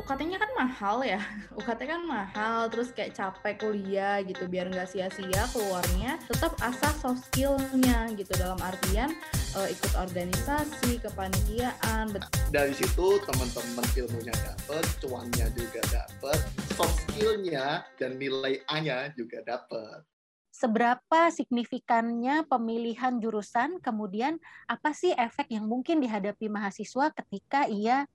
UKT-nya kan mahal ya, UKT kan mahal, terus kayak capek kuliah gitu, biar nggak sia-sia keluarnya, tetap asah soft skill-nya gitu, dalam artian ikut organisasi, kepanitiaan. Dari situ teman-teman ilmunya dapet, cuannya juga dapet, soft skill-nya dan nilai A-nya juga dapet. Seberapa signifikannya pemilihan jurusan, kemudian apa sih efek yang mungkin dihadapi mahasiswa ketika ia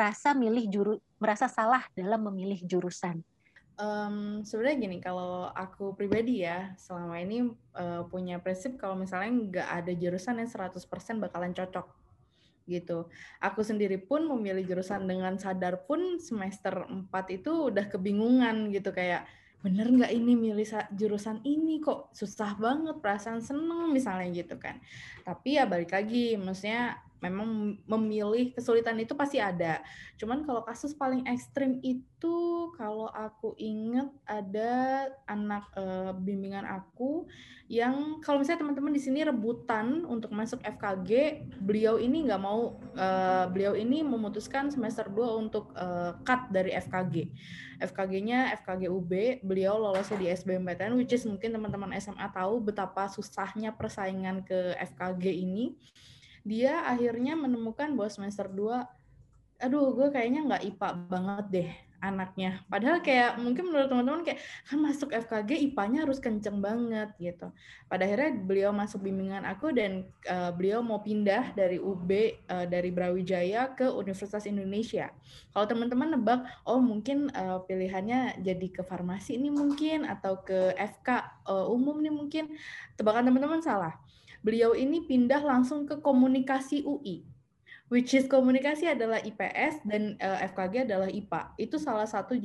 merasa salah dalam memilih jurusan? Sebenarnya gini, kalau aku pribadi ya, selama ini punya prinsip kalau misalnya nggak ada jurusan yang 100% bakalan cocok gitu. Aku sendiri pun memilih jurusan dengan sadar pun semester 4 itu udah kebingungan gitu, kayak bener nggak ini milih jurusan ini, kok susah banget, perasaan seneng misalnya gitu kan. Tapi ya balik lagi, maksudnya memang memilih kesulitan itu pasti ada. Cuman kalau kasus paling ekstrim itu kalau aku inget ada anak bimbingan aku yang kalau misalnya teman-teman di sini rebutan untuk masuk FKG, beliau ini nggak mau, beliau ini memutuskan semester 2 untuk cut dari FKG. FKG-nya FKG UB, beliau lolosnya di SBMPTN, which is mungkin teman-teman SMA tahu betapa susahnya persaingan ke FKG ini. Dia akhirnya menemukan bahwa semester 2, aduh gue kayaknya nggak IPA banget deh anaknya. Padahal kayak mungkin menurut teman-teman kayak kan masuk FKG IPA-nya harus kenceng banget gitu. Pada akhirnya beliau masuk bimbingan aku dan beliau mau pindah dari UB, dari Brawijaya ke Universitas Indonesia. Kalau teman-teman nebak, oh mungkin pilihannya jadi ke farmasi ini mungkin atau ke FK umum nih mungkin. Tebakan teman-teman salah. Beliau ini pindah langsung ke komunikasi UI. Which is komunikasi adalah IPS dan FKG adalah IPA. Itu salah satu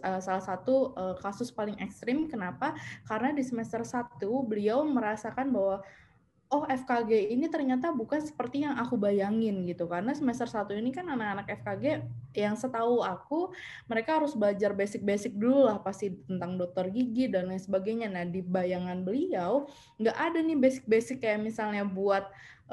kasus paling ekstrim. Kenapa? Karena di semester 1 beliau merasakan bahwa oh FKG ini ternyata bukan seperti yang aku bayangin gitu. Karena semester 1 ini kan anak-anak FKG yang setahu aku mereka harus belajar basic-basic dulu lah pasti tentang dokter gigi dan lain sebagainya. Nah di bayangan beliau nggak ada nih basic-basic kayak misalnya buat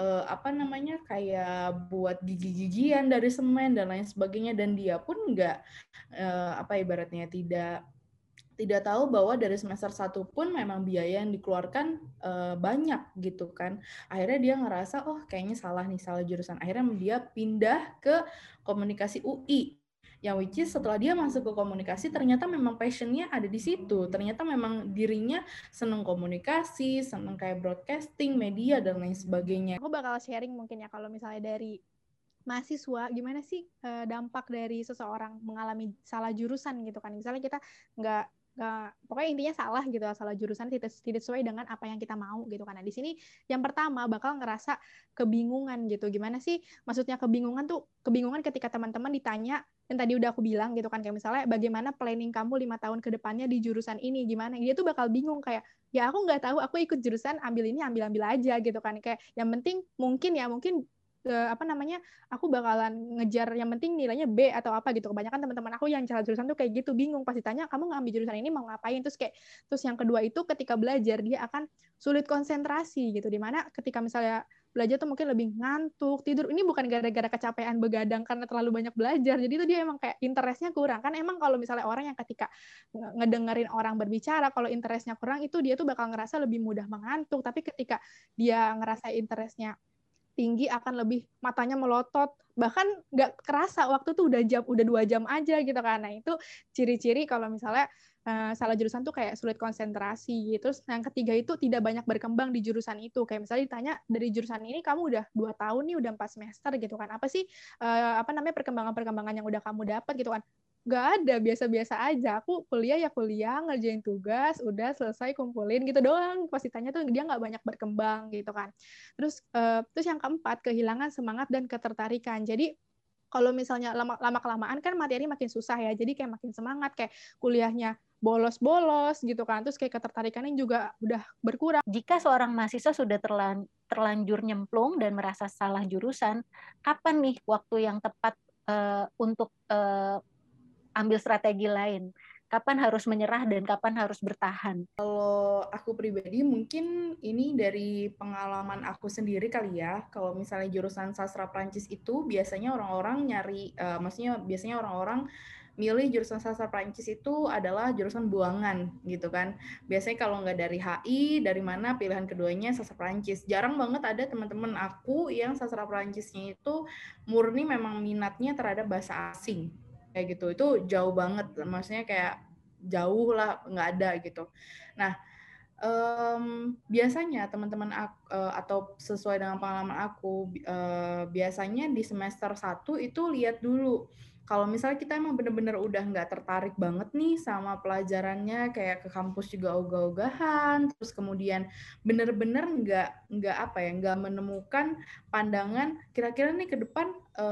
kayak buat gigi-gigian dari semen dan lain sebagainya, dan dia pun nggak ibaratnya tidak tahu bahwa dari semester 1 pun memang biaya yang dikeluarkan banyak gitu kan. Akhirnya dia ngerasa, oh kayaknya salah jurusan. Akhirnya dia pindah ke komunikasi UI. Yang which is setelah dia masuk ke komunikasi, ternyata memang passion-nya ada di situ. Ternyata memang dirinya seneng komunikasi, seneng kayak broadcasting, media, dan lain sebagainya. Aku bakal sharing mungkin ya kalau misalnya dari mahasiswa, gimana sih dampak dari seseorang mengalami salah jurusan gitu kan. Misalnya kita nggak pokoknya intinya salah jurusan tidak sesuai dengan apa yang kita mau gitu kan. Nah, di sini yang pertama bakal ngerasa kebingungan gitu. Gimana sih? Maksudnya kebingungan ketika teman-teman ditanya yang tadi udah aku bilang gitu kan, kayak misalnya bagaimana planning kamu 5 tahun ke depannya di jurusan ini, gimana? Dia tuh bakal bingung kayak, ya aku nggak tahu, aku ikut jurusan, ambil ini, ambil aja gitu kan. Kayak yang penting mungkin aku bakalan ngejar yang penting nilainya B atau apa gitu. Kebanyakan teman-teman aku yang salah jurusan tuh kayak gitu, bingung pas ditanya kamu ngambil jurusan ini mau ngapain, terus yang kedua itu ketika belajar dia akan sulit konsentrasi gitu, dimana ketika misalnya belajar tuh mungkin lebih ngantuk, tidur. Ini bukan gara-gara kecapean begadang karena terlalu banyak belajar, jadi itu dia emang kayak interestnya kurang kan. Emang kalau misalnya orang yang ketika ngedengerin orang berbicara kalau interestnya kurang itu dia tuh bakal ngerasa lebih mudah mengantuk, tapi ketika dia ngerasa interestnya tinggi akan lebih matanya melotot, bahkan nggak kerasa waktu tuh udah 2 jam aja gitu kan. Nah itu ciri-ciri kalau misalnya salah jurusan tuh kayak sulit konsentrasi. Terus yang ketiga itu tidak banyak berkembang di jurusan itu, kayak misalnya ditanya dari jurusan ini kamu udah 2 tahun nih, udah 4 semester gitu kan, apa sih perkembangan yang udah kamu dapat gitu kan. Nggak ada, biasa-biasa aja. Aku kuliah ya kuliah, ngerjain tugas, udah selesai kumpulin gitu doang. Pas ditanya tuh dia nggak banyak berkembang gitu kan. Terus yang keempat, kehilangan semangat dan ketertarikan. Jadi kalau misalnya lama-kelamaan kan materi makin susah ya, jadi kayak makin semangat, kayak kuliahnya bolos-bolos gitu kan, terus kayak ketertarikannya juga udah berkurang. Jika seorang mahasiswa sudah terlanjur nyemplung dan merasa salah jurusan, kapan nih waktu yang tepat untuk ambil strategi lain? Kapan harus menyerah dan kapan harus bertahan? Kalau aku pribadi mungkin ini dari pengalaman aku sendiri kali ya. Kalau misalnya jurusan sastra Prancis itu biasanya orang-orang nyari, biasanya orang-orang milih jurusan sastra Prancis itu adalah jurusan buangan gitu kan. Biasanya kalau nggak dari HI, dari mana pilihan keduanya sastra Prancis. Jarang banget ada teman-teman aku yang sastra Prancisnya itu murni memang minatnya terhadap bahasa asing kayak gitu. Itu jauh banget, maksudnya kayak jauh lah, nggak ada gitu. Nah, biasanya teman-teman aku, atau sesuai dengan pengalaman aku, biasanya di semester 1 itu lihat dulu. Kalau misalnya kita emang bener-bener udah nggak tertarik banget nih sama pelajarannya, kayak ke kampus juga ogah-ogahan, terus kemudian bener-bener nggak menemukan pandangan kira-kira nih ke depan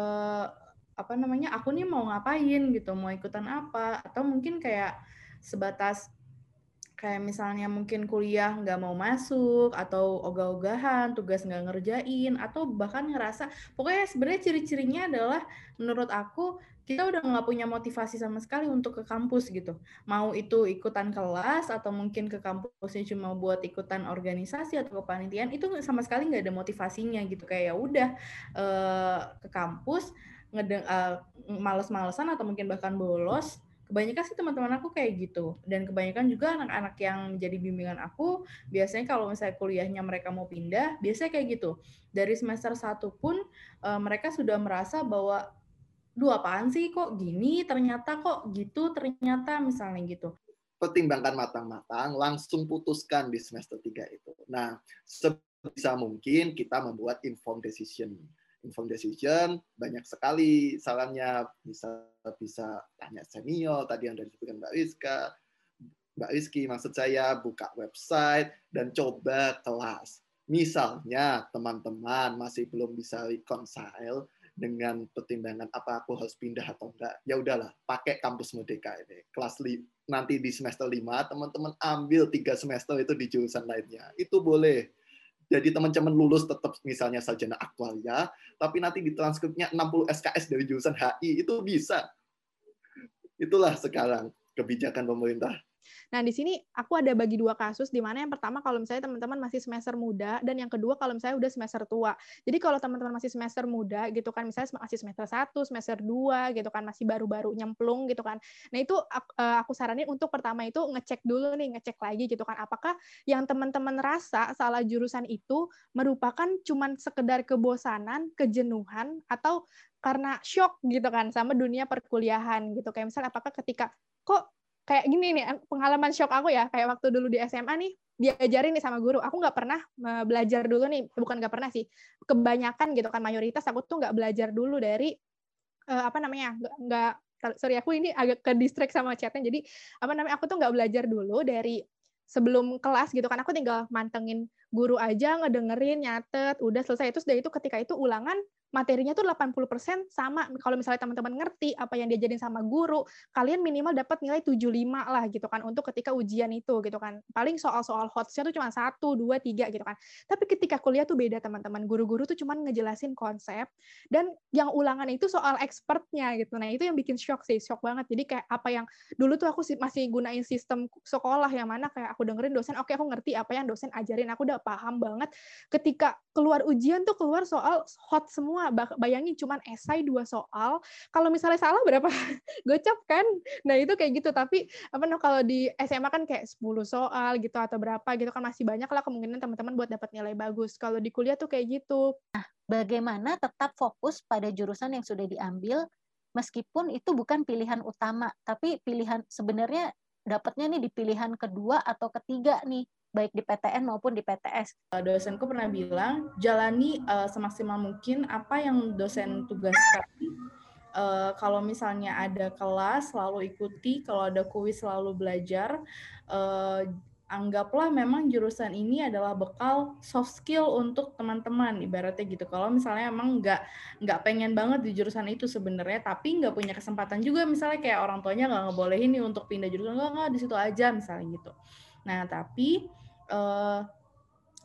aku nih mau ngapain gitu, mau ikutan apa, atau mungkin kayak sebatas kayak misalnya mungkin kuliah nggak mau masuk, atau ogah-ogahan, tugas nggak ngerjain, atau bahkan ngerasa, pokoknya sebenarnya ciri-cirinya adalah menurut aku, kita udah nggak punya motivasi sama sekali untuk ke kampus gitu. Mau itu ikutan kelas, atau mungkin ke kampusnya cuma buat ikutan organisasi atau kepanitiaan, itu sama sekali nggak ada motivasinya gitu. Kayak ya udah ke kampus, males-malesan atau mungkin bahkan bolos. Kebanyakan sih teman-teman aku kayak gitu, dan kebanyakan juga anak-anak yang jadi bimbingan aku, biasanya kalau misalnya kuliahnya mereka mau pindah, biasanya kayak gitu. Dari semester 1 pun mereka sudah merasa bahwa, duh apaan sih kok gini, ternyata kok gitu, ternyata misalnya gitu. Pertimbangkan matang-matang, langsung putuskan di semester 3 itu. Nah, sebisa mungkin kita membuat informed decision. Informed decision banyak sekali sarannya, bisa tanya senior tadi yang disebutkan Mbak Rizky, maksud saya buka website dan coba kelas. Misalnya teman-teman masih belum bisa reconcile dengan pertimbangan apa aku harus pindah atau enggak, ya udahlah pakai kampus Merdeka ini. Nanti di semester 5 teman-teman ambil 3 semester itu di jurusan lainnya. Itu boleh. Jadi teman-teman lulus tetap misalnya sarjana aktuaria, tapi nanti di transkripnya 60 SKS dari jurusan HI, itu bisa. Itulah sekarang kebijakan pemerintah. Nah, di sini aku ada bagi dua kasus, di mana yang pertama kalau misalnya teman-teman masih semester muda, dan yang kedua kalau misalnya udah semester tua. Jadi kalau teman-teman masih semester muda gitu kan, misalnya masih semester 1, semester 2 gitu kan, masih baru-baru nyemplung gitu kan. Nah, itu aku saranin untuk pertama itu ngecek dulu nih, ngecek lagi gitu kan, apakah yang teman-teman rasa salah jurusan itu merupakan cuman sekedar kebosanan, kejenuhan, atau karena shock gitu kan sama dunia perkuliahan gitu. Kayak misalnya apakah ketika kok kayak gini nih, pengalaman shock aku ya, kayak waktu dulu di SMA nih, diajarin nih sama guru, aku nggak pernah belajar dulu nih, bukan nggak pernah sih, kebanyakan gitu kan, mayoritas aku tuh nggak belajar dulu dari, sorry aku ini agak ke distract sama chatnya, jadi aku tuh nggak belajar dulu dari sebelum kelas gitu kan, aku tinggal mantengin guru aja, ngedengerin, nyatet, udah selesai. Terus dari itu ketika itu ulangan, materinya tuh 80% sama. Kalau misalnya teman-teman ngerti apa yang diajarin sama guru, kalian minimal dapat nilai 75 lah gitu kan untuk ketika ujian itu gitu kan. Paling soal-soal hotsnya tuh cuma 1, 2, 3 gitu kan. Tapi ketika kuliah tuh beda teman-teman. Guru-guru tuh cuma ngejelasin konsep, dan yang ulangan itu soal expertnya gitu. Nah, itu yang bikin shock sih, shock banget. Jadi kayak apa yang dulu tuh aku masih gunain sistem sekolah yang mana kayak aku dengerin dosen, oke aku ngerti apa yang dosen ajarin, aku udah paham banget. Ketika keluar ujian tuh keluar soal hot semua. Bayangin cuman esai 2 soal, kalau misalnya salah berapa gocap kan. Nah itu kayak gitu. Tapi kalau di SMA kan kayak 10 soal gitu atau berapa gitu kan, masih banyak lah kemungkinan teman-teman buat dapat nilai bagus. Kalau di kuliah tuh kayak gitu. Nah, bagaimana tetap fokus pada jurusan yang sudah diambil meskipun itu bukan pilihan utama, tapi pilihan sebenarnya dapatnya nih di pilihan kedua atau ketiga nih, baik di PTN maupun di PTS. Dosenku pernah bilang, jalani semaksimal mungkin apa yang dosen tugaskan. Kalau misalnya ada kelas, selalu ikuti. Kalau ada kuis, selalu belajar. Anggaplah memang jurusan ini adalah bekal soft skill untuk teman-teman, ibaratnya gitu. Kalau misalnya emang nggak pengen banget di jurusan itu sebenarnya, tapi nggak punya kesempatan juga, misalnya kayak orang tuanya nggak ngebolehin nih untuk pindah jurusan, nggak di situ aja misalnya gitu. Nah, tapi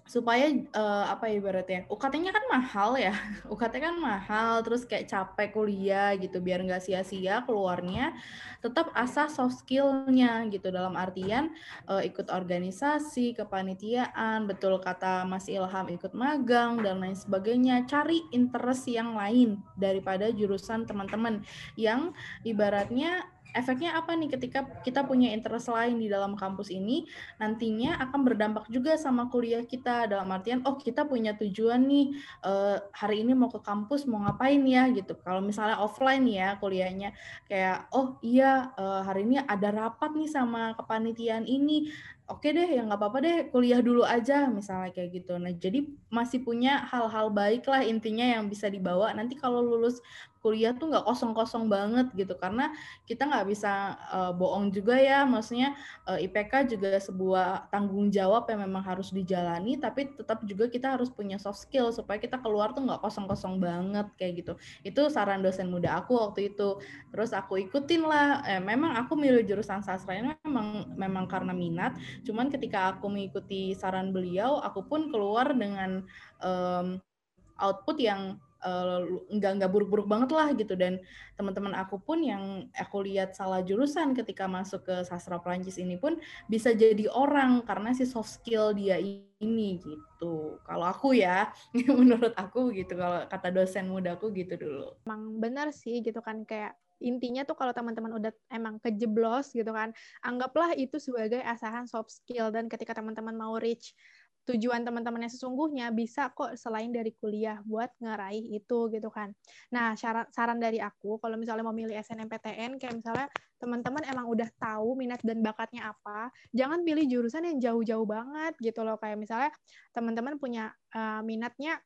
supaya apa ya ibaratnya, UKT-nya kan mahal ya, UKT kan mahal, terus kayak capek kuliah gitu, biar nggak sia-sia keluarnya, tetap asah soft skill-nya gitu, dalam artian ikut organisasi, kepanitiaan, betul kata Mas Ilham, ikut magang dan lain sebagainya, cari interest yang lain daripada jurusan teman-teman yang ibaratnya efeknya apa nih ketika kita punya interest lain di dalam kampus ini, nantinya akan berdampak juga sama kuliah kita, dalam artian oh kita punya tujuan nih hari ini mau ke kampus mau ngapain ya gitu. Kalau misalnya offline ya kuliahnya kayak oh iya hari ini ada rapat nih sama kepanitiaan ini, oke deh ya nggak apa-apa deh kuliah dulu aja misalnya kayak gitu. Nah jadi masih punya hal-hal baik lah intinya yang bisa dibawa nanti kalau lulus kuliah tuh nggak kosong-kosong banget gitu, karena kita nggak bisa bohong juga ya, maksudnya IPK juga sebuah tanggung jawab yang memang harus dijalani, tapi tetap juga kita harus punya soft skill supaya kita keluar tuh nggak kosong-kosong banget kayak gitu. Itu saran dosen muda aku waktu itu. Terus aku ikutin lah. Memang aku milih jurusan sastra ini memang karena minat. Cuman ketika aku mengikuti saran beliau, aku pun keluar dengan output yang nggak buruk-buruk banget lah gitu. Dan teman-teman aku pun yang aku lihat salah jurusan ketika masuk ke sastra Perancis ini pun bisa jadi orang karena si soft skill dia ini gitu. Kalau aku ya, menurut aku gitu. Kalau kata dosen muda aku gitu dulu. Emang benar sih gitu kan, kayak intinya tuh kalau teman-teman udah emang kejeblos gitu kan, anggaplah itu sebagai asahan soft skill, dan ketika teman-teman mau reach tujuan teman-teman yang sesungguhnya bisa kok selain dari kuliah buat ngeraih itu gitu kan. Nah, saran dari aku kalau misalnya mau milih SNMPTN, kayak misalnya teman-teman emang udah tahu minat dan bakatnya apa, jangan pilih jurusan yang jauh-jauh banget gitu loh. Kayak misalnya teman-teman punya minatnya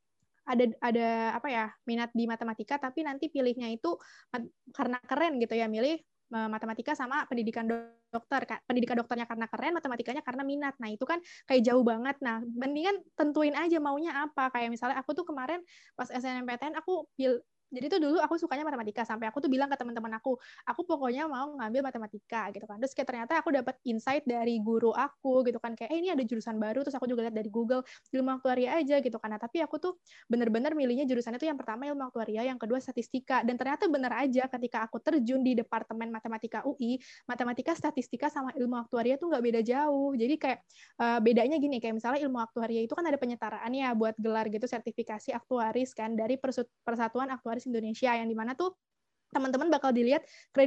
ada apa ya, minat di matematika tapi nanti pilihnya itu karena keren gitu ya, milih matematika sama pendidikan dokter. Pendidikan dokternya karena keren, matematikanya karena minat. Nah, itu kan kayak jauh banget. Nah, mendingan tentuin aja maunya apa. Kayak misalnya aku tuh kemarin pas SNMPTN aku jadi tuh dulu aku sukanya matematika, sampai aku tuh bilang ke teman-teman aku pokoknya mau ngambil matematika gitu kan. Terus kayak ternyata aku dapat insight dari guru aku gitu kan, kayak ini ada jurusan baru, terus aku juga lihat dari Google ilmu aktuaria aja gitu kan. Nah, tapi aku tuh bener-bener milihnya jurusannya tuh yang pertama ilmu aktuaria, yang kedua statistika. Dan ternyata bener aja ketika aku terjun di Departemen Matematika UI, matematika, statistika, sama ilmu aktuaria tuh nggak beda jauh. Jadi kayak bedanya gini, kayak misalnya ilmu aktuaria itu kan ada penyetaraan ya buat gelar gitu sertifikasi aktuaris kan dari Persatuan Aktuaris Indonesia, yang dimana tuh teman-teman bakal dilihat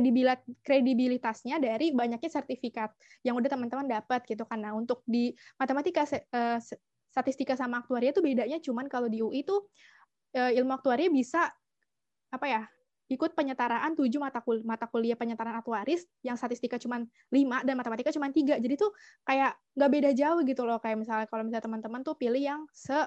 kredibilitasnya dari banyaknya sertifikat yang udah teman-teman dapat gitu kan. Nah, untuk di matematika, statistika sama aktuaria itu bedanya cuman kalau di UI tuh ilmu aktuaria bisa apa ya, ikut penyetaraan 7 mata kuliah penyetaraan aktuaris, yang statistika cuma 5 dan matematika cuma 3. Jadi tuh kayak nggak beda jauh gitu loh. Kayak misalnya kalau misalnya teman-teman tuh pilih yang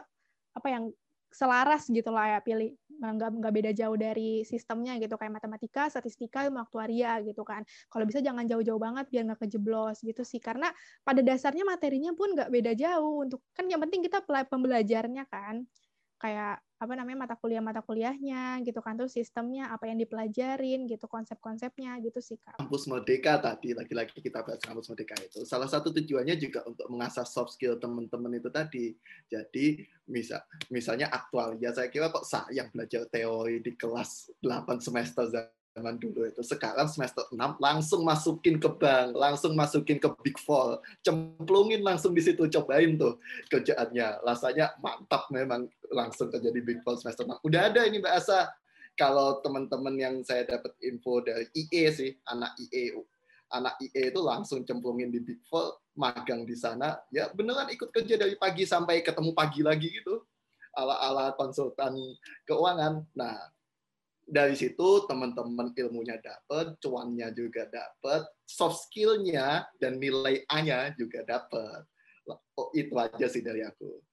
yang selaras gitu lah ya, pilih nggak beda jauh dari sistemnya gitu, kayak matematika, statistika, ilmu aktuaria gitu kan. Kalau bisa jangan jauh-jauh banget biar nggak kejeblos gitu sih, karena pada dasarnya materinya pun nggak beda jauh. Untuk kan yang penting kita pembelajarnya kan, kayak apa namanya, mata kuliahnya gitu kan, terus sistemnya apa yang dipelajarin gitu, konsep-konsepnya gitu sih Kak. Kampus Merdeka tadi, lagi-lagi kita bahas Kampus Merdeka itu. Salah satu tujuannya juga untuk mengasah soft skill teman-teman itu tadi. Jadi misalnya aktualia, saya kira kok sayang belajar teori di kelas 8 semester zaman dulu itu. Sekarang semester 6 langsung masukin ke bank, langsung masukin ke Big Four, cemplungin langsung di situ, cobain tuh kerjaannya. Rasanya mantap memang, langsung kerja di Big Four semester 6. Udah ada ini Mbak Asa. Kalau teman-teman yang saya dapat info dari IE sih, anak IE itu langsung cemplungin di Big Four, magang di sana, ya beneran ikut kerja dari pagi sampai ketemu pagi lagi gitu, ala-ala konsultan keuangan. Nah, dari situ teman-teman ilmunya dapat, cuannya juga dapat, soft skill-nya dan nilai A-nya juga dapat. Oh, itu aja sih dari aku.